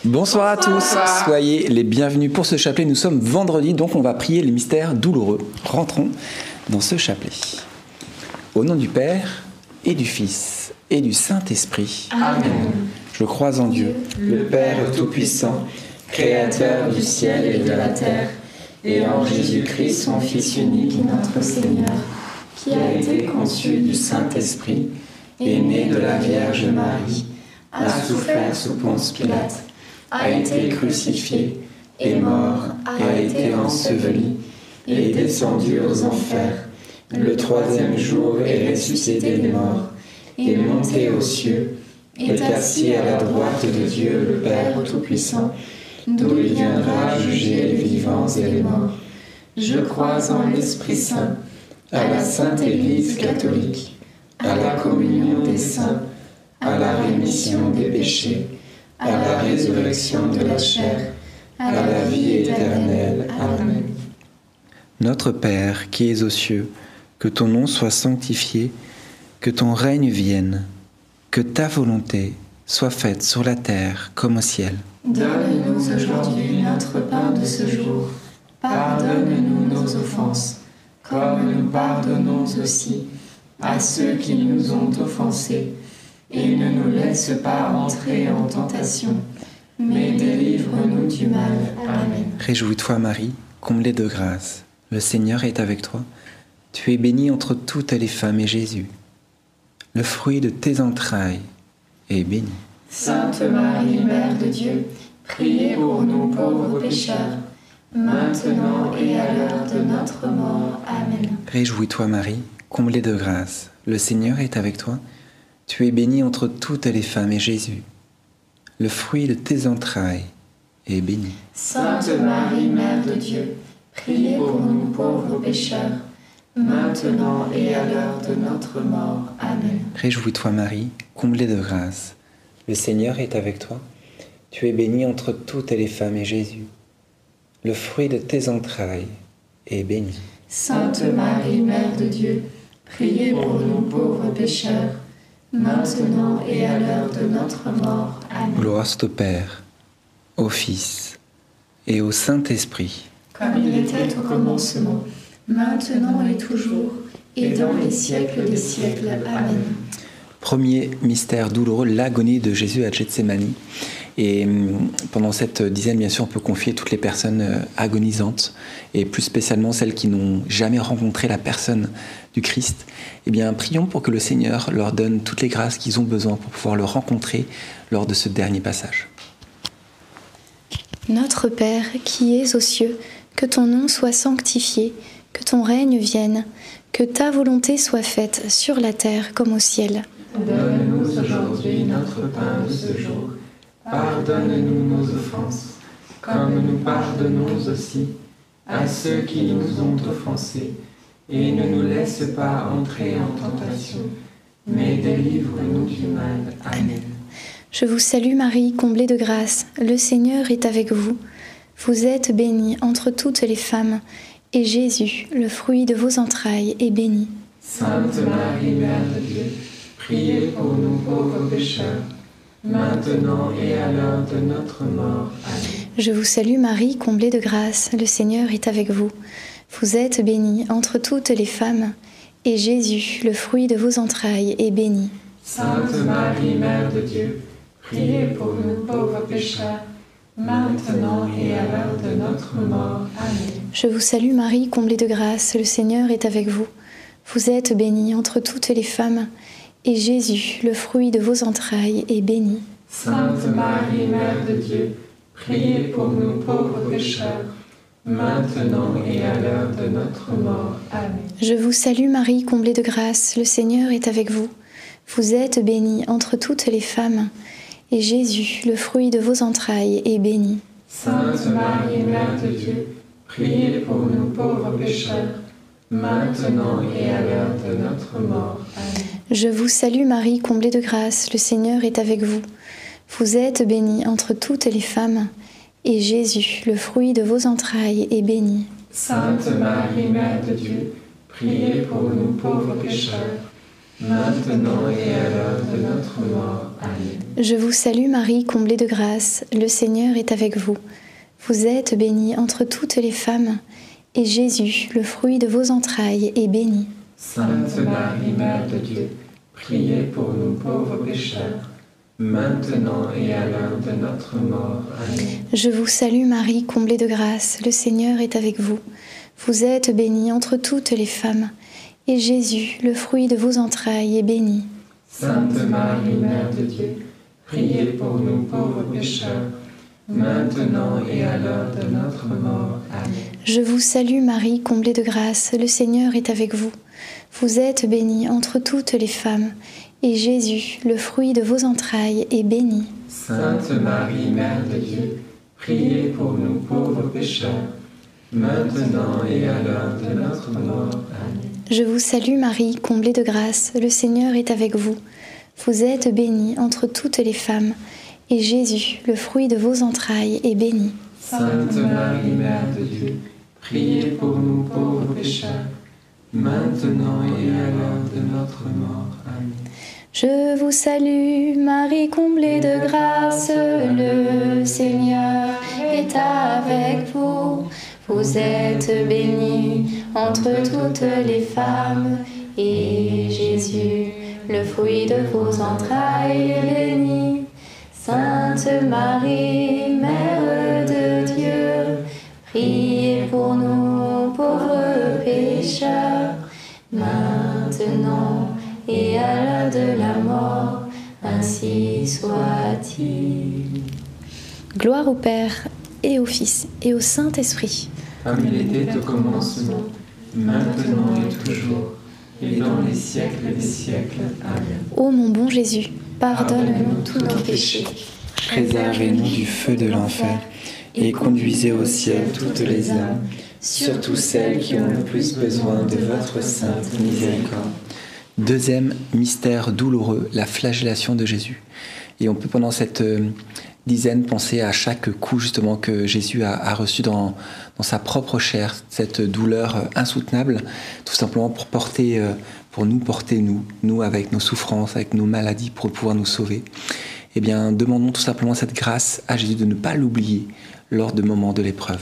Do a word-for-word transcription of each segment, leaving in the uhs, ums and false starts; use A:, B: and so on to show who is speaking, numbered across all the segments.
A: Bonsoir à tous, soyez les bienvenus pour ce chapelet. Nous sommes vendredi, donc on va prier les mystères douloureux. Rentrons dans ce chapelet. Au nom du Père et du Fils et du Saint-Esprit.
B: Amen.
A: Je crois en Dieu,
B: le Père Tout-Puissant, Créateur du ciel et de la terre, et en Jésus-Christ, son Fils unique, notre Seigneur, qui a été conçu du Saint-Esprit, est né de la Vierge Marie, a souffert sous Ponce Pilate, a été crucifié, est mort, a été enseveli, est descendu aux enfers. Le troisième jour est ressuscité des morts, est monté aux cieux, est assis à la droite de Dieu le Père Tout-Puissant, d'où il viendra juger les vivants et les morts. Je crois en l'Esprit Saint, à la Sainte Église catholique, à la communion des saints, à la rémission des péchés, à la résurrection de la chair, à la vie éternelle. Amen.
A: Notre Père qui es aux cieux, que ton nom soit sanctifié, que ton règne vienne, que ta volonté soit faite sur la terre comme au ciel.
B: Donne-nous aujourd'hui notre pain de ce jour. Pardonne-nous nos offenses, comme nous pardonnons aussi à ceux qui nous ont offensés. Et ne nous laisse pas entrer en tentation, mais délivre-nous du mal. Amen.
A: Réjouis-toi Marie, comblée de grâce, le Seigneur est avec toi. Tu es bénie entre toutes les femmes et Jésus, le fruit de tes entrailles, est béni.
B: Sainte Marie, Mère de Dieu, priez pour nous pauvres pécheurs, maintenant et à l'heure de notre mort. Amen.
A: Réjouis-toi Marie, comblée de grâce, le Seigneur est avec toi. Tu es bénie entre toutes les femmes et Jésus, le fruit de tes entrailles, est béni.
B: Sainte Marie, Mère de Dieu, priez pour nous pauvres pécheurs, maintenant et à l'heure de notre mort. Amen.
A: Réjouis-toi Marie, comblée de grâce, le Seigneur est avec toi. Tu es bénie entre toutes les femmes et Jésus, le fruit de tes entrailles, est béni.
B: Sainte Marie, Mère de Dieu, priez pour nous pauvres pécheurs, maintenant et à l'heure de notre mort. Amen.
A: Gloire soit au Père, au Fils et au Saint-Esprit.
B: Comme il était au commencement, maintenant et toujours, et dans les siècles des siècles. Amen.
A: Premier mystère douloureux, l'agonie de Jésus à Gethsémani. Et pendant cette dizaine, bien sûr, on peut confier toutes les personnes agonisantes, et plus spécialement celles qui n'ont jamais rencontré la personne du Christ. Eh bien, prions pour que le Seigneur leur donne toutes les grâces qu'ils ont besoin pour pouvoir le rencontrer lors de ce dernier passage.
C: Notre Père, qui es aux cieux, que ton nom soit sanctifié, que ton règne vienne, que ta volonté soit faite sur la terre comme au ciel.
B: Donne-nous aujourd'hui notre pain de ce jour. Pardonne-nous nos offenses, comme nous pardonnons aussi à ceux qui nous ont offensés. Et ne nous laisse pas entrer en tentation, mais délivre-nous du mal. Amen.
C: Je vous salue Marie, comblée de grâce, le Seigneur est avec vous. Vous êtes bénie entre toutes les femmes, et Jésus, le fruit de vos entrailles, est béni.
B: Sainte Marie, Mère de Dieu, priez pour nous pauvres pécheurs, maintenant et à l'heure de notre mort. Amen.
C: Je vous salue Marie, comblée de grâce, le Seigneur est avec vous. Vous êtes bénie entre toutes les femmes, et Jésus, le fruit de vos entrailles, est béni.
B: Sainte Marie, Mère de Dieu, priez pour nous pauvres pécheurs, maintenant et à l'heure de notre mort. Amen.
C: Je vous salue Marie, comblée de grâce, le Seigneur est avec vous. Vous êtes bénie entre toutes les femmes, et Jésus, le fruit de vos entrailles, est béni.
B: Sainte Marie, Mère de Dieu, priez pour nous pauvres pécheurs, maintenant et à l'heure de notre mort. Amen.
C: Je vous salue Marie, comblée de grâce, le Seigneur est avec vous. Vous êtes bénie entre toutes les femmes, et Jésus, le fruit de vos entrailles, est béni.
B: Sainte Marie, Mère de Dieu, priez pour nous pauvres pécheurs, maintenant et à l'heure de notre mort. Amen.
C: Je vous salue Marie, comblée de grâce, le Seigneur est avec vous. Vous êtes bénie entre toutes les femmes, et Jésus, le fruit de vos entrailles, est béni.
B: Sainte Marie, Mère de Dieu, priez pour nous pauvres pécheurs, maintenant et à l'heure de notre mort. Amen. Amen.
C: Je vous salue Marie, comblée de grâce, le Seigneur est avec vous. Vous êtes bénie entre toutes les femmes, et Jésus, le fruit de vos entrailles, est béni.
B: Sainte Marie, Mère de Dieu, priez pour nous pauvres pécheurs, maintenant et à l'heure de notre mort. Amen.
C: Je vous salue Marie, comblée de grâce, le Seigneur est avec vous. Vous êtes bénie entre toutes les femmes, et Jésus, le fruit de vos entrailles, est béni.
B: Sainte Marie, Mère de Dieu, priez pour nous pauvres pécheurs, maintenant et à l'heure de notre mort. Amen.
C: Je vous salue Marie, comblée de grâce, le Seigneur est avec vous. Vous êtes bénie entre toutes les femmes, et Jésus, le fruit de vos entrailles, est béni.
B: Sainte Marie, Mère de Dieu, priez pour nous pauvres pécheurs, maintenant et à l'heure de notre mort. Amen.
C: Je vous salue Marie, comblée de grâce, le Seigneur est avec vous. Vous êtes bénie entre toutes les femmes, et Jésus, le fruit de vos entrailles, est béni.
B: Sainte Marie, Mère de Dieu, priez pour nous pauvres pécheurs, maintenant et à l'heure de notre mort. Amen.
C: Je vous salue Marie, comblée de grâce, le Seigneur est avec vous. Vous êtes bénie entre toutes les femmes, et Jésus, le fruit de vos entrailles, est béni. Sainte Marie, Mère de Dieu, priez pour nous pauvres pécheurs, maintenant et à l'heure de la mort, ainsi soit-il. Gloire au Père, et au Fils, et au Saint-Esprit.
B: Comme il était au commencement, maintenant et toujours, et dans les siècles des siècles. Amen.
C: Ô mon bon Jésus, pardonne-nous tous nos péchés,
A: Préservez-nous du feu de l'enfer et conduisez au ciel toutes les âmes, surtout celles qui ont le plus besoin de votre sainte miséricorde. Deuxième mystère douloureux, la flagellation de Jésus. Et on peut pendant cette euh, dizaine penser à chaque coup justement que Jésus a, a reçu dans, dans sa propre chair, cette douleur euh, insoutenable, tout simplement pour porter, euh, pour nous porter nous, nous avec nos souffrances, avec nos maladies, pour pouvoir nous sauver. Eh bien, demandons tout simplement cette grâce à Jésus de ne pas l'oublier lors de moments de l'épreuve.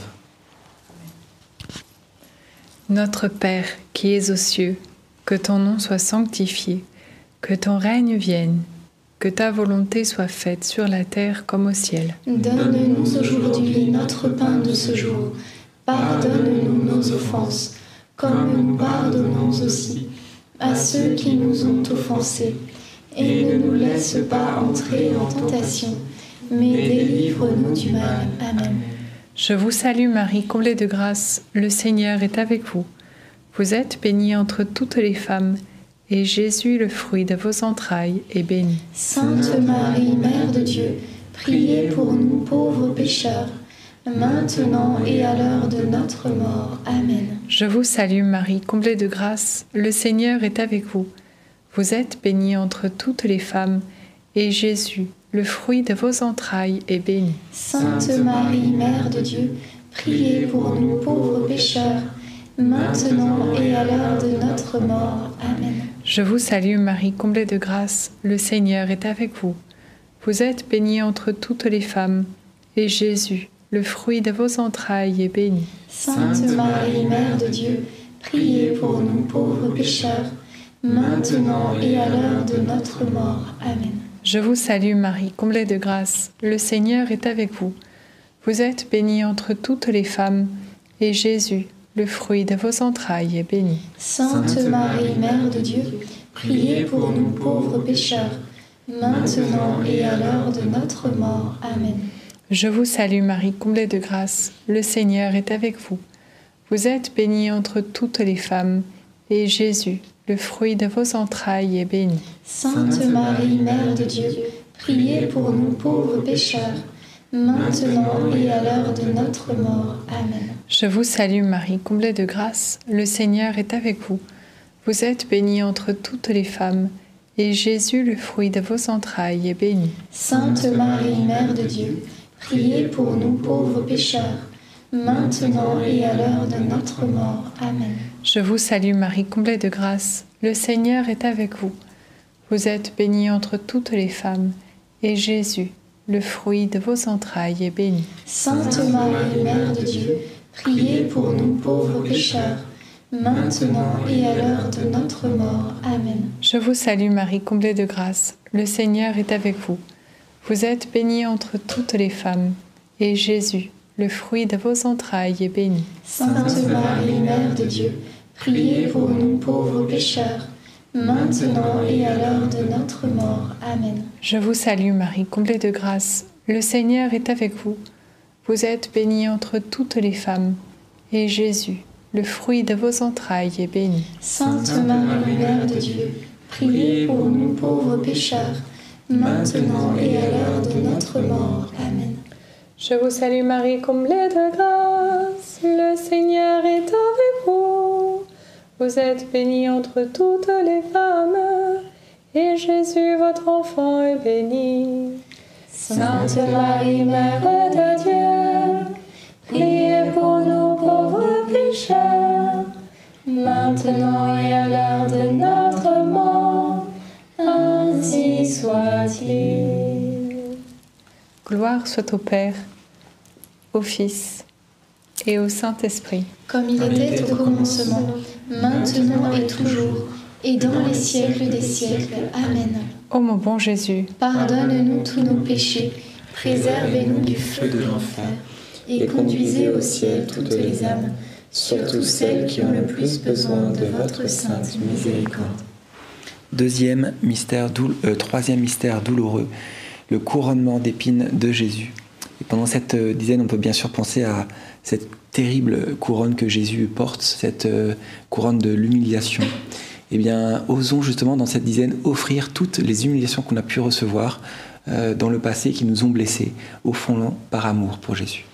D: Notre Père qui es aux cieux, que ton nom soit sanctifié, que ton règne vienne, que ta volonté soit faite sur la terre comme au ciel.
C: Donne-nous aujourd'hui notre pain de ce jour. Pardonne-nous nos offenses, comme nous pardonnons aussi à ceux qui nous ont offensés. Et ne nous laisse pas entrer en tentation, mais délivre-nous du mal. Amen.
D: Je vous salue Marie, comblée de grâce, le Seigneur est avec vous. Vous êtes bénie entre toutes les femmes, et Jésus, le fruit de vos entrailles, est béni.
C: Sainte Marie, Mère de Dieu, priez pour nous pauvres pécheurs, maintenant et à l'heure de notre mort. Amen.
D: Je vous salue Marie, comblée de grâce, le Seigneur est avec vous. Vous êtes bénie entre toutes les femmes, et Jésus, le fruit de vos entrailles, est béni.
C: Sainte Marie, Mère de Dieu, priez pour nous pauvres pécheurs, maintenant et à l'heure de notre mort. Amen.
D: Je vous salue Marie, comblée de grâce, le Seigneur est avec vous. Vous êtes bénie entre toutes les femmes, et Jésus, le fruit de vos entrailles, est béni.
C: Sainte Marie, Mère de Dieu, priez pour nous pauvres pécheurs, maintenant et à l'heure de notre mort. Amen.
D: Je vous salue Marie, comblée de grâce, le Seigneur est avec vous. Vous êtes bénie entre toutes les femmes, et Jésus, le fruit de vos entrailles, est béni.
C: Sainte Marie, Mère de Dieu, priez pour nous pauvres pécheurs, maintenant et à l'heure de notre mort. Amen.
D: Je vous salue Marie, comblée de grâce, le Seigneur est avec vous. Vous êtes bénie entre toutes les femmes, et Jésus, le fruit de vos entrailles, est béni.
C: Sainte Marie, Mère de Dieu, priez pour nous pauvres pécheurs, maintenant et à l'heure de notre mort. Amen.
D: Je vous salue Marie, comblée de grâce, le Seigneur est avec vous. Vous êtes bénie entre toutes les femmes, et Jésus, le fruit de vos entrailles, est béni.
C: Sainte Marie, Mère de Dieu, priez pour nous pauvres pécheurs, maintenant et à l'heure de notre mort. Amen.
D: Je vous salue Marie, comblée de grâce, le Seigneur est avec vous. Vous êtes bénie entre toutes les femmes, et Jésus, le fruit de vos entrailles, est béni.
C: Sainte Marie, Mère de Dieu, priez pour nous pauvres pécheurs, maintenant et à l'heure de notre mort. Amen.
D: Je vous salue Marie, comblée de grâce. Le Seigneur est avec vous. Vous êtes bénie entre toutes les femmes, et Jésus, le fruit de vos entrailles, est béni.
C: Sainte Marie, Mère de Dieu, priez pour nous pauvres pécheurs, maintenant et à l'heure de notre mort. Amen.
D: Je vous salue Marie, comblée de grâce. Le Seigneur est avec vous. Vous êtes bénie entre toutes les femmes, et Jésus, le fruit de vos entrailles, est béni.
C: Sainte Marie, Mère de Dieu, priez pour nous pauvres pécheurs, maintenant et à l'heure de notre mort. Amen.
D: Je vous salue Marie, comblée de grâce. Le Seigneur est avec vous. Vous êtes bénie entre toutes les femmes, et Jésus, votre enfant, est béni.
C: Sainte Marie, Mère de Dieu, priez pour nous pauvres pécheurs, maintenant et à l'heure de notre mort. Ainsi soit-il.
D: Gloire soit au Père, au Fils et au Saint-Esprit.
C: Comme il était au commencement, maintenant et toujours, et dans les siècles des siècles. Amen.
D: Ô mon bon Jésus,
C: pardonne-nous tous nos péchés, préservez-nous du feu de l'enfer, et conduisez au ciel toutes les âmes, surtout celles qui ont le plus besoin de votre sainte miséricorde.
A: Deuxième mystère, doul- euh, troisième mystère douloureux, le couronnement d'épines de Jésus. Et pendant cette euh, dizaine, on peut bien sûr penser à cette terrible couronne que Jésus porte, cette euh, couronne de l'humiliation. Eh bien, osons justement dans cette dizaine offrir toutes les humiliations qu'on a pu recevoir euh, dans le passé qui nous ont blessés. Offrons-les par amour pour Jésus.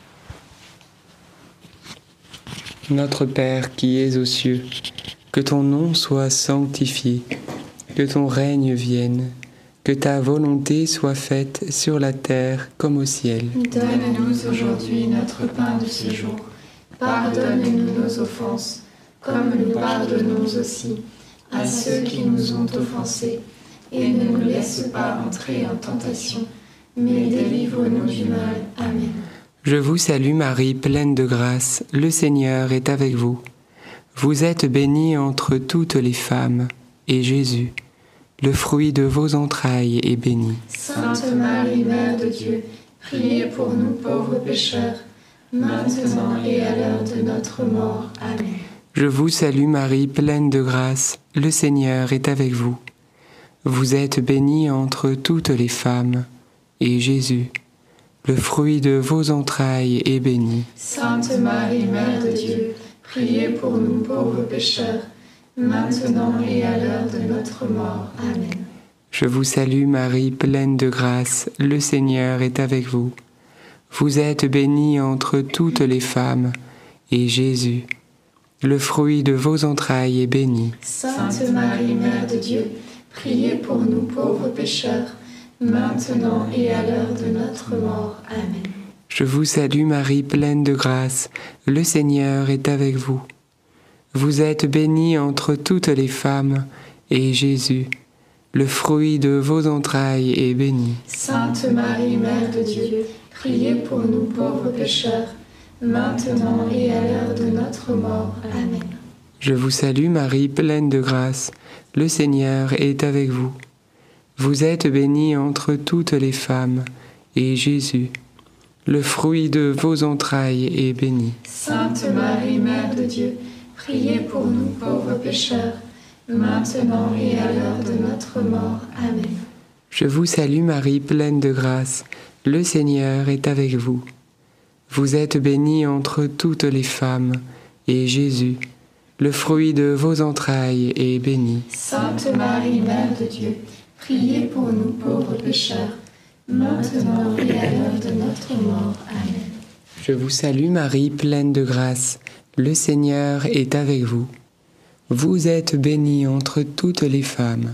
E: Notre Père qui es aux cieux, que ton nom soit sanctifié, que ton règne vienne, que ta volonté soit faite sur la terre comme au ciel.
C: Donne-nous aujourd'hui notre pain de ce jour. Pardonne-nous nos offenses, comme nous pardonnons aussi à ceux qui nous ont offensés. Et ne nous laisse pas entrer en tentation, mais délivre-nous du mal. Amen.
E: Je vous salue Marie, pleine de grâce, le Seigneur est avec vous. Vous êtes bénie entre toutes les femmes, et Jésus, le fruit de vos entrailles, est béni.
C: Sainte Marie, Mère de Dieu, priez pour nous pauvres pécheurs, maintenant et à l'heure de notre mort. Amen.
E: Je vous salue Marie, pleine de grâce, le Seigneur est avec vous. Vous êtes bénie entre toutes les femmes, et Jésus, le fruit de vos entrailles, est béni.
C: Sainte Marie, Mère de Dieu, priez pour nous pauvres pécheurs, maintenant et à l'heure de notre mort. Amen.
E: Je vous salue Marie, pleine de grâce, le Seigneur est avec vous. Vous êtes bénie entre toutes les femmes, et Jésus, le fruit de vos entrailles, est béni.
C: Sainte Marie, Mère de Dieu, priez pour nous pauvres pécheurs, maintenant et à l'heure de notre mort. Amen.
E: Je vous salue Marie, pleine de grâce, le Seigneur est avec vous. Vous êtes bénie entre toutes les femmes, et Jésus, le fruit de vos entrailles, est béni.
C: Sainte Marie, Mère de Dieu, priez pour nous pauvres pécheurs, maintenant et à l'heure de notre mort. Amen.
E: Je vous salue Marie, pleine de grâce, le Seigneur est avec vous. Vous êtes bénie entre toutes les femmes, et Jésus, le fruit de vos entrailles, est béni.
C: Sainte Marie, Mère de Dieu, priez pour nous pauvres pécheurs, maintenant et à l'heure de notre mort. Amen.
E: Je vous salue Marie, pleine de grâce, le Seigneur est avec vous. Vous êtes bénie entre toutes les femmes, et Jésus, le fruit de vos entrailles, est béni.
C: Sainte Marie, Mère de Dieu, priez pour nous pauvres pécheurs, maintenant et à l'heure de notre mort. Amen.
E: Je vous salue Marie, pleine de grâce, le Seigneur est avec vous. Vous êtes bénie entre toutes les femmes,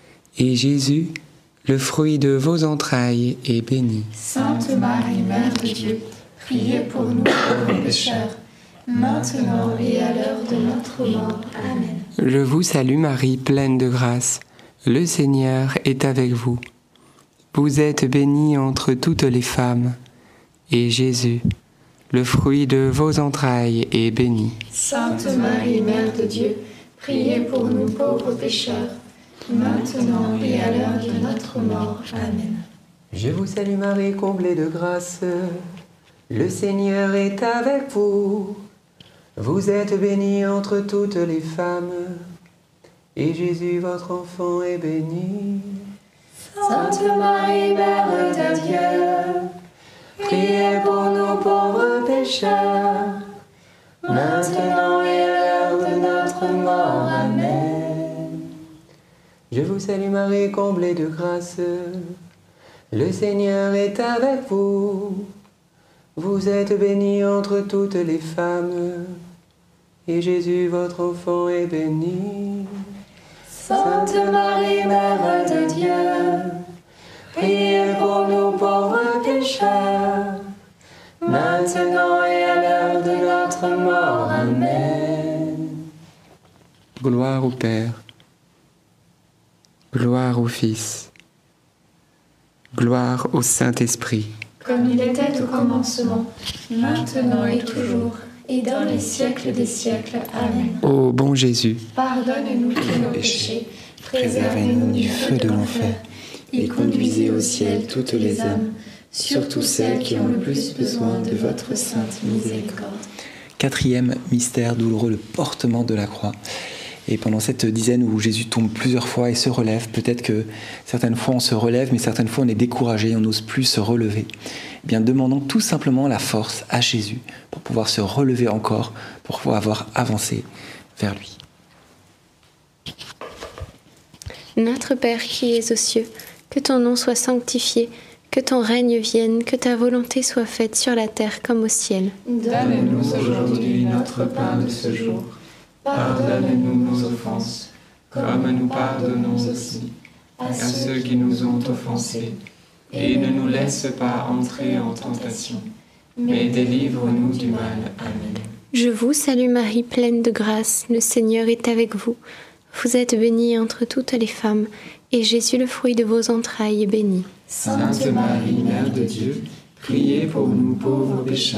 E: et Jésus, le fruit de vos entrailles, est béni.
C: Sainte Marie, Mère de Dieu, priez pour nous pauvres pécheurs, maintenant et à l'heure de notre mort. Amen.
E: Je vous salue Marie, pleine de grâce, le Seigneur est avec vous. vous êtes bénie entre toutes les femmes, et Jésus, le fruit de vos entrailles, est béni.
C: Sainte Marie, Mère de Dieu, priez pour nous pauvres pécheurs, maintenant et à l'heure de notre mort. Amen.
E: Je vous salue Marie, comblée de grâce, le Seigneur est avec vous. Vous êtes bénie entre toutes les femmes, et Jésus, votre enfant, est béni.
C: Sainte Marie, Mère de Dieu,
E: Priez pour nous pauvres pécheurs, maintenant et à l'heure de notre mort. Amen. Je vous salue Marie, comblée de grâce, le Seigneur est avec vous. Vous êtes bénie entre toutes les femmes, et Jésus, votre enfant, est béni.
C: Sainte Marie, Mère de Dieu,
E: priez pour nous pauvres pécheurs, maintenant et à l'heure de notre mort. Amen. Gloire au Père, gloire au Fils, gloire au Saint-Esprit.
C: comme il était au commencement, maintenant et toujours, et dans les siècles des siècles. Amen.
E: Ô bon Jésus,
C: Pardonne-nous tous nos péchés, préservez-nous du feu de l'enfer, et conduisez au ciel toutes les âmes, surtout celles qui ont le plus besoin de votre sainte miséricorde.
A: Quatrième mystère douloureux, le portement de la croix. Et pendant cette dizaine où Jésus tombe plusieurs fois et se relève, peut-être que certaines fois on se relève, mais certaines fois on est découragé, on n'ose plus se relever. Eh bien, demandons tout simplement la force à Jésus pour pouvoir se relever encore, pour pouvoir avancer vers lui.
F: Notre Père qui es aux cieux, que ton nom soit sanctifié, que ton règne vienne, que ta volonté soit faite sur la terre comme au ciel.
B: Donne-nous aujourd'hui notre pain de ce jour. Pardonne-nous nos offenses, comme nous pardonnons aussi à ceux qui nous ont offensés. Et ne nous laisse pas entrer en tentation, mais délivre-nous du mal. Amen.
F: Je vous salue Marie, pleine de grâce, le Seigneur est avec vous. Vous êtes bénie entre toutes les femmes, et Jésus, le fruit de vos entrailles, est béni.
B: Sainte Marie, Mère de Dieu, priez pour nous pauvres pécheurs,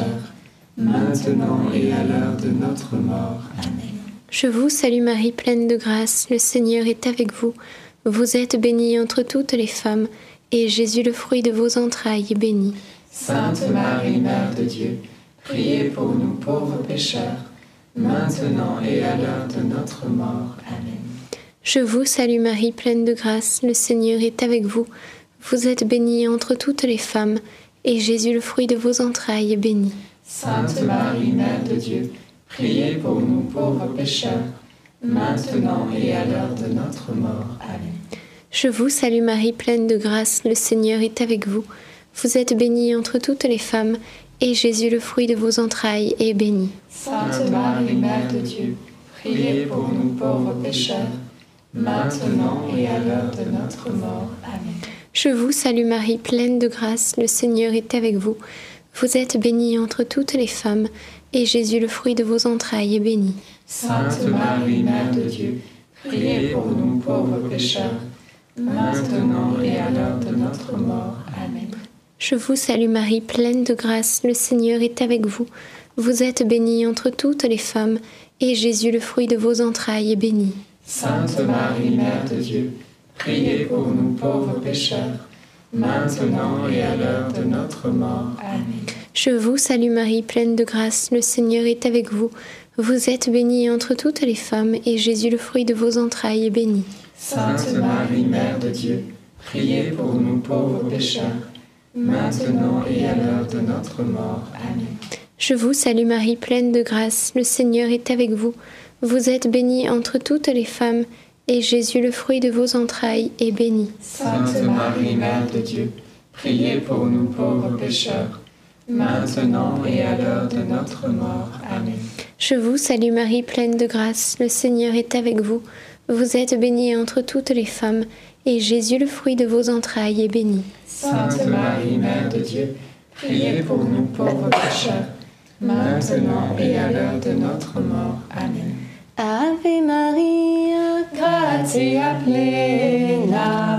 B: maintenant et à l'heure de notre mort. Amen.
F: Je vous salue Marie, pleine de grâce, le Seigneur est avec vous. Vous êtes bénie entre toutes les femmes, et Jésus, le fruit de vos entrailles, est béni.
B: Sainte Marie, Mère de Dieu, priez pour nous pauvres pécheurs, maintenant et à l'heure de notre mort. Amen.
F: Je vous salue Marie, pleine de grâce, le Seigneur est avec vous. Vous êtes bénie entre toutes les femmes, et Jésus, le fruit de vos entrailles, est béni.
B: Sainte Marie, Mère de Dieu, priez pour nous pauvres pécheurs, maintenant et à l'heure de notre mort. Amen.
F: Je vous salue Marie, pleine de grâce, le Seigneur est avec vous. Vous êtes bénie entre toutes les femmes, et Jésus, le fruit de vos entrailles, est béni.
B: Sainte Marie, Mère de Dieu, priez pour nous pauvres pécheurs, maintenant et à l'heure de notre mort. Amen.
F: Je vous salue Marie, pleine de grâce, le Seigneur est avec vous. Vous êtes bénie entre toutes les femmes, et Jésus, le fruit de vos entrailles, est béni.
B: Sainte Marie, Mère de Dieu, priez pour nous pauvres pécheurs, maintenant et à l'heure de notre mort. Amen.
F: Je vous salue Marie, pleine de grâce, le Seigneur est avec vous. Vous êtes bénie entre toutes les femmes, et Jésus, le fruit de vos entrailles, est béni.
B: Sainte Marie, Mère de Dieu, priez pour nous pauvres pécheurs, maintenant et à l'heure de notre mort. Amen.
F: Je vous salue Marie, pleine de grâce, le Seigneur est avec vous. Vous êtes bénie entre toutes les femmes, et Jésus, le fruit de vos entrailles, est béni.
B: Sainte Marie, Mère de Dieu, priez pour nous pauvres pécheurs, maintenant et à l'heure de notre mort. Amen.
F: Je vous salue Marie, pleine de grâce, le Seigneur est avec vous. Vous êtes bénie entre toutes les femmes, et Jésus, le fruit de vos entrailles, est béni.
B: Sainte Marie, Mère de Dieu, priez pour nous pauvres pécheurs, maintenant et à l'heure de notre mort. Amen.
F: Je vous salue Marie, pleine de grâce, le Seigneur est avec vous. Vous êtes bénie entre toutes les femmes, et Jésus, le fruit de vos entrailles, est béni.
B: Sainte Marie, Mère de Dieu, priez pour nous pauvres pécheurs, maintenant et à l'heure de notre mort. Amen.
F: Ave Maria,
B: Gratia plena,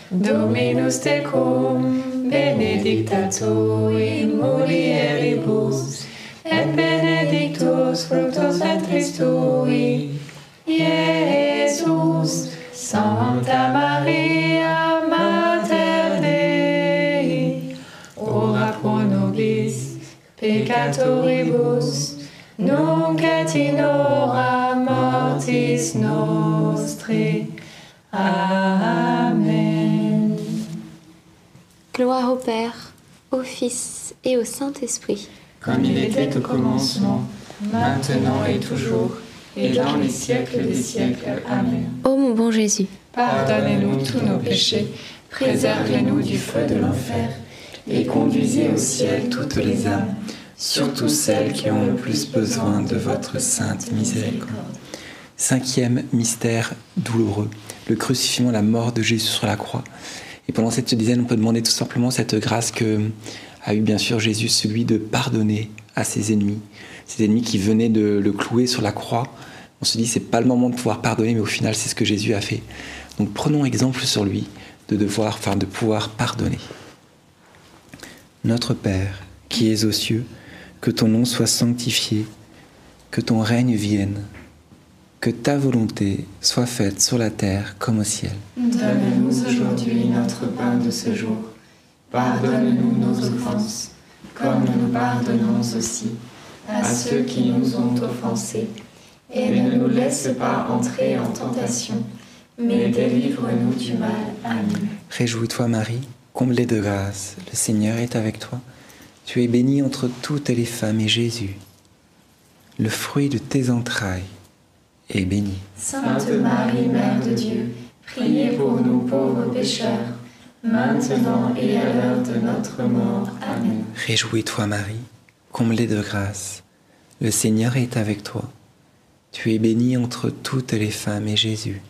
B: Dominus tecum, benedicta tu in mulieribus, et benedictus fructus ventris tui, Iesus. Santa Maria, Mater Dei, ora pro nobis peccatoribus, nunc et in hora mortis nostre. Amen.
F: Gloire au Père, au Fils et au Saint-Esprit.
B: Comme il était au commencement, maintenant et toujours, et dans les siècles des siècles. Amen.
F: Ô mon bon Jésus,
B: pardonnez-nous tous nos péchés, préservez-nous du feu de l'enfer, et conduisez au ciel toutes les âmes, surtout celles qui ont le plus besoin de votre sainte miséricorde.
A: Cinquième mystère douloureux, le crucifixion, la mort de Jésus sur la croix. Et pendant cette dizaine, on peut demander tout simplement cette grâce que a eu bien sûr Jésus, celui de pardonner à ses ennemis, ses ennemis qui venaient de le clouer sur la croix. On se dit, c'est pas le moment de pouvoir pardonner, mais au final, c'est ce que Jésus a fait. Donc prenons exemple sur lui, de devoir, enfin, de pouvoir pardonner. Notre Père, qui es aux cieux, que ton nom soit sanctifié, que ton règne vienne, que ta volonté soit faite sur la terre comme au ciel.
B: Donne-nous aujourd'hui notre pain de ce jour. Pardonne-nous nos offenses, comme nous pardonnons aussi à ceux qui nous ont offensés. Et ne nous laisse pas entrer en tentation, mais délivre-nous du mal. Amen.
A: Réjouis-toi Marie, comblée de grâce, le Seigneur est avec toi. Tu es bénie entre toutes les femmes et Jésus, le fruit de tes entrailles, est béni.
B: Sainte Marie, Mère de Dieu, priez pour nous pauvres pécheurs, maintenant et à l'heure de notre mort. Amen.
A: Réjouis-toi Marie, comblée de grâce, le Seigneur est avec toi. Tu es bénie entre toutes les femmes et Jésus,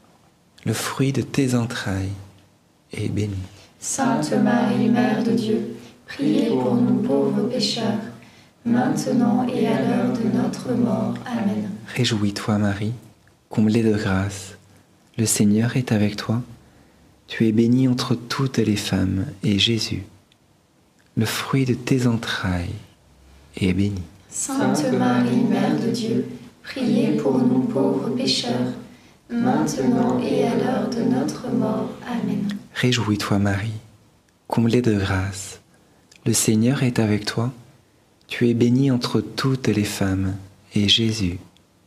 A: le fruit de tes entrailles, est béni.
B: Sainte Marie, Mère de Dieu, priez pour nous pauvres pécheurs, maintenant et à l'heure de notre mort. Amen.
A: Réjouis-toi Marie, comblée de grâce, le Seigneur est avec toi. Tu es bénie entre toutes les femmes et Jésus, le fruit de tes entrailles, est béni.
B: Sainte Marie, Mère de Dieu, priez pour nous pauvres pécheurs, maintenant et à l'heure de notre mort. Amen.
A: Réjouis-toi Marie, comblée de grâce, le Seigneur est avec toi. Tu es bénie entre toutes les femmes, et Jésus,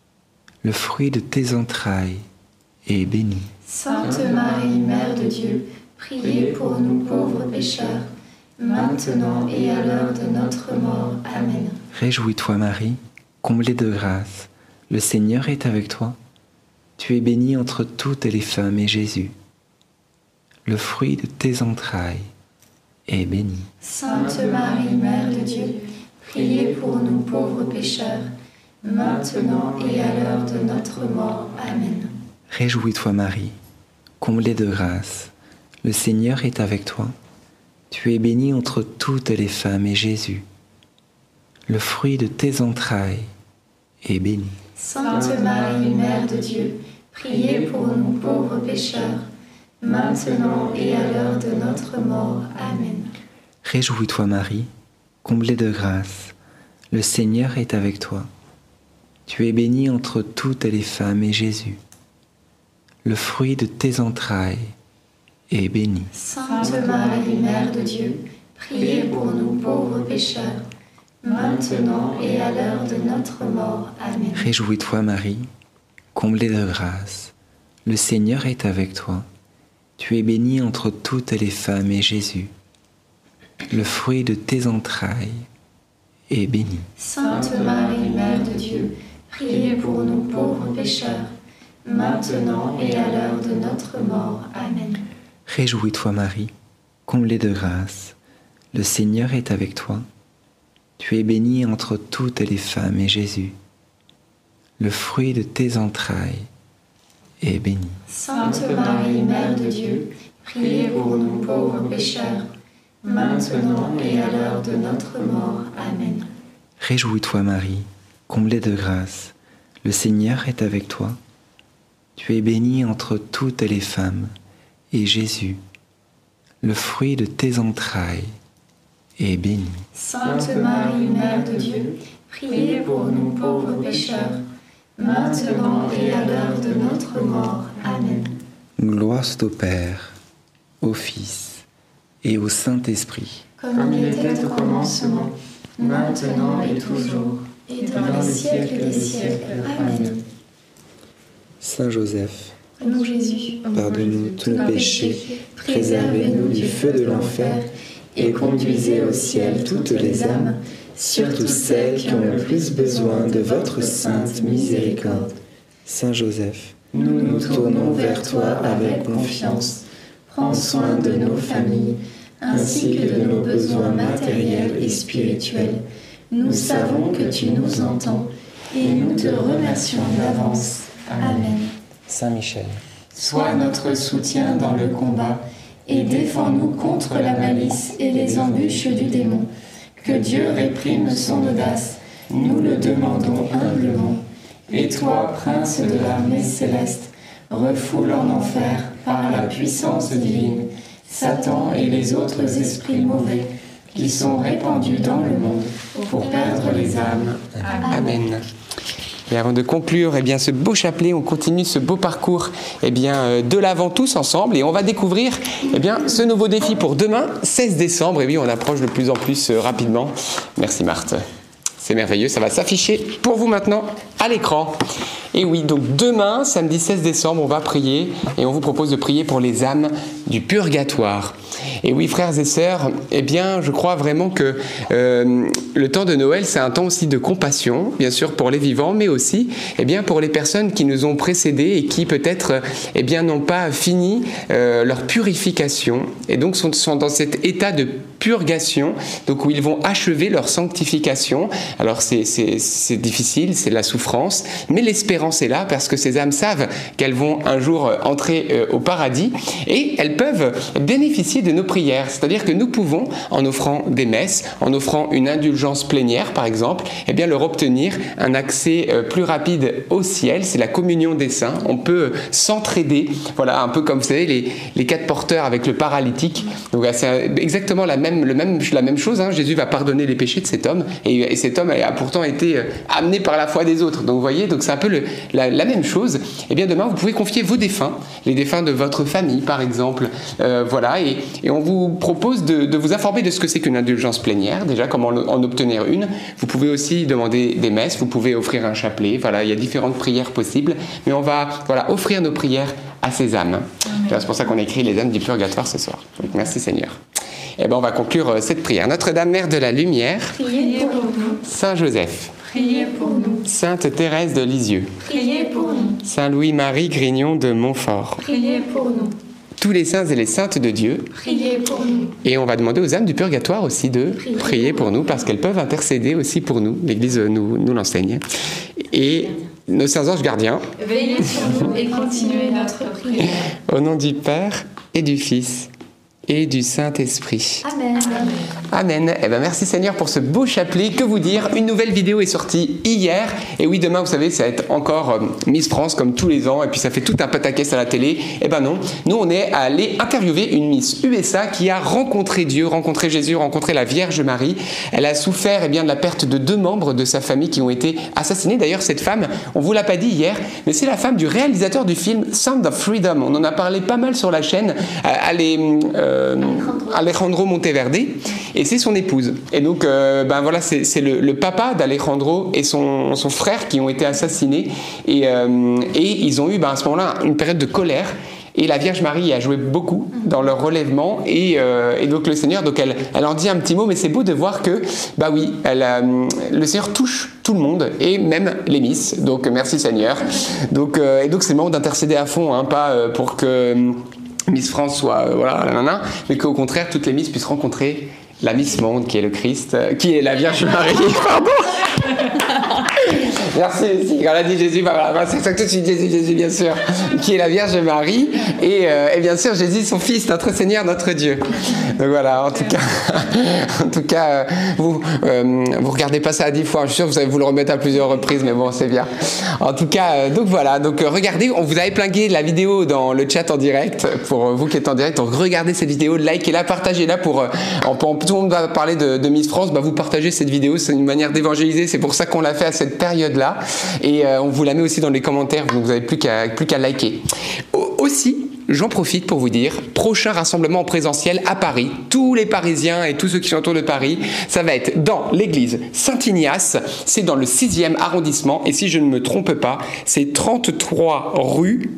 A: le fruit de tes entrailles, est béni.
B: Sainte Marie, Mère de Dieu, priez pour nous pauvres pécheurs, maintenant et à l'heure de notre mort. Amen.
A: Réjouis-toi Marie, comblée de grâce, le Seigneur est avec toi. Tu es bénie entre toutes les femmes, et Jésus, le fruit de tes entrailles, est béni.
B: Sainte Marie, Mère de Dieu, priez pour nous pauvres pécheurs, maintenant et à l'heure de notre mort. Amen.
A: Réjouis-toi Marie, comblée de grâce, le Seigneur est avec toi. Tu es bénie entre toutes les femmes, et Jésus, le fruit de tes entrailles, est béni.
B: Sainte Marie, Mère de Dieu, priez pour nous pauvres pécheurs, maintenant et à l'heure de notre mort. Amen.
A: Réjouis-toi Marie, comblée de grâce, le Seigneur est avec toi. Tu es bénie entre toutes les femmes, et Jésus, le fruit de tes entrailles, est béni.
B: Sainte Marie, Mère de Dieu, priez pour nous pauvres pécheurs, maintenant et à l'heure de notre mort. Amen.
A: Réjouis-toi Marie, comblée de grâce, le Seigneur est avec toi. Tu es bénie entre toutes les femmes, et Jésus, le fruit de tes entrailles, est béni.
B: Sainte Marie, Mère de Dieu, priez pour nous pauvres pécheurs, maintenant et à l'heure de notre mort. Amen.
A: Réjouis-toi Marie, comblée de grâce, le Seigneur est avec toi. Tu es bénie entre toutes les femmes, et Jésus, le fruit de tes entrailles, est béni.
B: Sainte Marie, Mère de Dieu, priez pour nous pauvres pécheurs, maintenant et à l'heure de notre mort. Amen.
A: Réjouis-toi Marie, comblée de grâce, le Seigneur est avec toi. Tu es bénie entre toutes les femmes, et Jésus, le fruit de tes entrailles est béni.
C: Sainte Marie, Mère de Dieu, priez pour nous pauvres pécheurs, maintenant et à l'heure de notre mort. Amen.
A: Gloire soit au Père, au Fils et au Saint-Esprit.
C: Comme il était au commencement, maintenant et toujours, et dans les siècles des siècles. Amen.
A: Saint Joseph,
C: Ô Jésus,
A: pardonne-nous tous nos péchés,
C: préservez-nous du feu de l'enfer, et conduisez au ciel toutes les âmes, surtout celles qui ont le plus besoin de votre sainte miséricorde.
A: Saint Joseph,
C: Nous nous tournons vers toi avec confiance. Prends soin de nos familles, ainsi que de nos besoins matériels et spirituels. Nous savons que tu nous entends, et nous te remercions d'avance. Amen.
A: Saint Michel,
C: Sois notre soutien dans le combat, et défends-nous contre la malice et les embûches du démon. Que Dieu réprime son audace, nous le demandons humblement. Et toi, prince de l'armée céleste, refoule en enfer, par la puissance divine, Satan et les autres esprits mauvais qui sont répandus dans le monde pour perdre les âmes.
E: Amen. Et avant de conclure eh bien, ce beau chapelet, on continue ce beau parcours eh bien, euh, de l'Avent tous ensemble et on va découvrir eh bien, ce nouveau défi pour demain, seize décembre. Et oui, on approche de plus en plus euh, rapidement. Merci Marthe. C'est merveilleux, ça va s'afficher pour vous maintenant à l'écran. Et oui, donc demain, samedi seize décembre, on va prier et on vous propose de prier pour les âmes du purgatoire. Et oui, frères et sœurs, eh bien, je crois vraiment que euh, le temps de Noël, c'est un temps aussi de compassion, bien sûr, pour les vivants, mais aussi eh bien, pour les personnes qui nous ont précédés et qui peut-être eh bien, n'ont pas fini euh, leur purification et donc sont, sont dans cet état de purgation, donc où ils vont achever leur sanctification. Alors c'est, c'est, c'est difficile, c'est la souffrance, mais l'espérance est là parce que ces âmes savent qu'elles vont un jour entrer euh, au paradis et elles peuvent bénéficier de nos prières. C'est-à-dire que nous pouvons, en offrant des messes, en offrant une indulgence plénière par exemple, eh bien leur obtenir un accès euh, plus rapide au ciel. C'est la communion des saints. On peut s'entraider, voilà, un peu comme vous savez les, les quatre porteurs avec le paralytique. Donc c'est exactement la même, le même, la même chose. Hein. Jésus va pardonner les péchés de cet homme et, et cet homme a pourtant été amené par la foi des autres. Donc vous voyez, donc c'est un peu le, la, la même chose. Et bien demain, vous pouvez confier vos défunts, les défunts de votre famille par exemple. Euh, voilà, et, et on vous propose de, de vous informer de ce que c'est qu'une indulgence plénière, déjà comment en obtenir une. Vous pouvez aussi demander des messes, vous pouvez offrir un chapelet. Voilà, il y a différentes prières possibles, mais on va voilà, offrir nos prières à ces âmes. C'est pour ça qu'on a écrit les âmes du purgatoire ce soir. Donc merci Seigneur. Et ben on va conclure cette prière. Notre-Dame, Mère de la Lumière,
C: Priez pour nous.
E: Saint Joseph,
C: Priez pour nous.
E: Sainte Thérèse de Lisieux,
C: Priez pour nous.
E: Saint Louis-Marie Grignon de Montfort,
C: Priez pour nous.
E: tous les saints et les saintes de Dieu.
C: Priez pour nous.
E: Et on va demander aux âmes du purgatoire aussi de prier, prier pour nous, parce qu'elles peuvent intercéder aussi pour nous. L'Église nous, nous l'enseigne. Et nos saints anges gardiens,
C: veillez sur nous et continuez notre prière.
E: Au nom du Père et du Fils et du Saint-Esprit.
C: Amen.
E: Amen. Eh ben merci Seigneur pour ce beau chapelet. Que vous dire, une nouvelle vidéo est sortie hier. Et oui, demain, vous savez, ça va être encore euh, Miss France comme tous les ans. Et puis ça fait tout un pataquès à la télé. Eh ben non, nous on est allé interviewer une Miss U S A qui a rencontré Dieu, rencontré Jésus, rencontré la Vierge Marie. Elle a souffert eh bien, de la perte de deux membres de sa famille qui ont été assassinés. D'ailleurs, cette femme, on vous l'a pas dit hier, mais c'est la femme du réalisateur du film Sound of Freedom. On en a parlé pas mal sur la chaîne. Elle est... Euh, Alejandro. Alejandro Monteverde, et c'est son épouse. Et donc, euh, ben voilà, c'est, c'est le, le papa d'Alejandro et son, son frère qui ont été assassinés. Et, euh, et ils ont eu ben, à ce moment-là une période de colère. Et la Vierge Marie a joué beaucoup dans leur relèvement. Et, euh, et donc le Seigneur, donc elle, elle en dit un petit mot, mais c'est beau de voir que, bah oui, elle, euh, le Seigneur touche tout le monde, et même les Miss. Donc merci Seigneur. Donc, euh, et donc c'est le moment d'intercéder à fond, hein, pas euh, pour que Miss France soit, euh, voilà, nanana, mais qu'au contraire, toutes les Miss puissent rencontrer la Miss Monde, qui est le Christ, euh, qui est la Vierge Marie, pardon. Merci, si, quand on a dit Jésus, bah voilà, c'est ça que tout de suite Jésus, Jésus, bien sûr, qui est la Vierge Marie, et, euh, et bien sûr Jésus, son Fils, notre Seigneur, notre Dieu. Donc voilà, en tout cas, en tout cas, euh, vous, euh, vous regardez pas ça à dix fois, je suis sûr que vous allez vous le remettre à plusieurs reprises, mais bon, c'est bien. En tout cas, euh, donc voilà, donc euh, regardez, on vous avait plugué la vidéo dans le chat en direct, pour vous qui êtes en direct, donc regardez cette vidéo, likez-la, partagez-la pour, euh, en, en, tout le monde va parler de, de Miss France, bah vous partagez cette vidéo, c'est une manière d'évangéliser, c'est pour ça qu'on l'a fait à cette période-là, et euh, on vous la met aussi dans les commentaires, donc vous n'avez plus qu'à plus qu'à liker. O- aussi, j'en profite pour vous dire, prochain rassemblement en présentiel à Paris, tous les Parisiens et tous ceux qui sont autour de Paris, ça va être dans l'église Saint-Ignace, c'est dans le sixième arrondissement, et si je ne me trompe pas, c'est trente-trois rue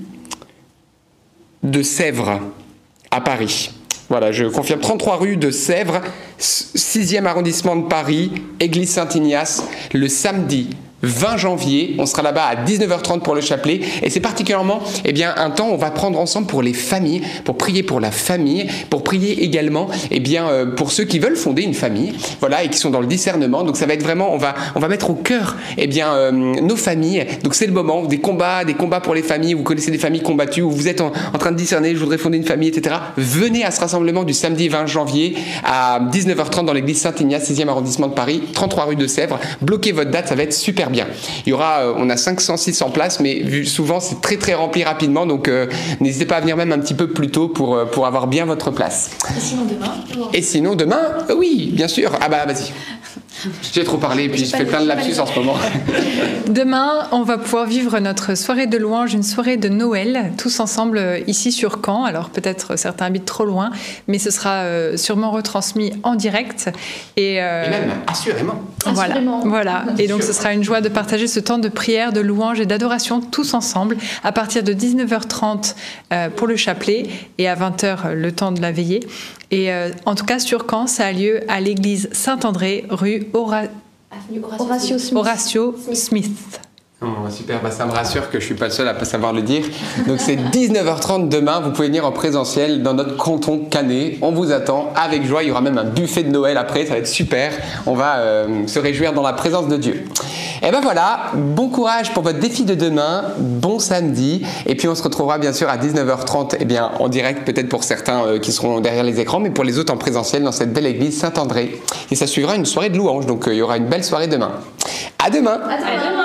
E: de Sèvres à Paris. Voilà, je confirme, trente-trois rue de Sèvres, sixième arrondissement de Paris, église Saint-Ignace, le samedi vingt janvier, on sera là-bas à dix-neuf heures trente pour le chapelet, et c'est particulièrement eh bien, un temps où on va prendre ensemble pour les familles, pour prier pour la famille, pour prier également eh bien, euh, pour ceux qui veulent fonder une famille, voilà, et qui sont dans le discernement. Donc ça va être vraiment, on va, on va mettre au cœur eh bien, euh, nos familles. Donc c'est le moment, des combats, des combats pour les familles, vous connaissez des familles combattues, où vous êtes en, en train de discerner, je voudrais fonder une famille, et cetera. Venez à ce rassemblement du samedi vingt janvier à dix-neuf heures trente dans l'église Saint-Ignace, sixième arrondissement de Paris, trente-trois rue de Sèvres. Bloquez votre date, ça va être super bien. Il y aura, euh, on a cinq cents six cents places, mais vu, souvent c'est très très rempli rapidement, donc euh, n'hésitez pas à venir même un petit peu plus tôt pour, euh, pour avoir bien votre place.
C: Et sinon demain
E: Et sinon demain, euh, oui, bien sûr. Ah bah vas-y. J'ai trop parlé, puis je fais plein de lapsus en ce moment.
D: Demain, on va pouvoir vivre notre soirée de louange, une soirée de Noël, tous ensemble euh, ici sur Caen. Alors peut-être certains habitent trop loin, mais ce sera euh, sûrement retransmis en direct. Et, euh,
E: Et même, assurément.
D: Voilà, voilà. Et donc ce sera une joie de partager ce temps de prière, de louange et d'adoration tous ensemble à partir de dix-neuf heures trente euh, pour le chapelet et à vingt heures le temps de la veillée. Et euh, en tout cas sur Caen, ça a lieu à l'église Saint-André, rue Hora...
C: Horatio Smith.
D: Horatio Smith.
E: Oh, super, bah ça me rassure que je suis pas le seul à pas savoir le dire. Donc c'est dix-neuf heures trente demain, vous pouvez venir en présentiel dans notre canton Canet. On vous attend avec joie, il y aura même un buffet de Noël après, ça va être super. On va euh, se réjouir dans la présence de Dieu. Et ben voilà, bon courage pour votre défi de demain, bon samedi. Et puis on se retrouvera bien sûr à dix-neuf heures trente eh bien, en direct, peut-être pour certains euh, qui seront derrière les écrans, mais pour les autres en présentiel dans cette belle église Saint-André. Et ça suivra une soirée de louange, donc euh, il y aura une belle soirée demain. À demain.
C: À demain.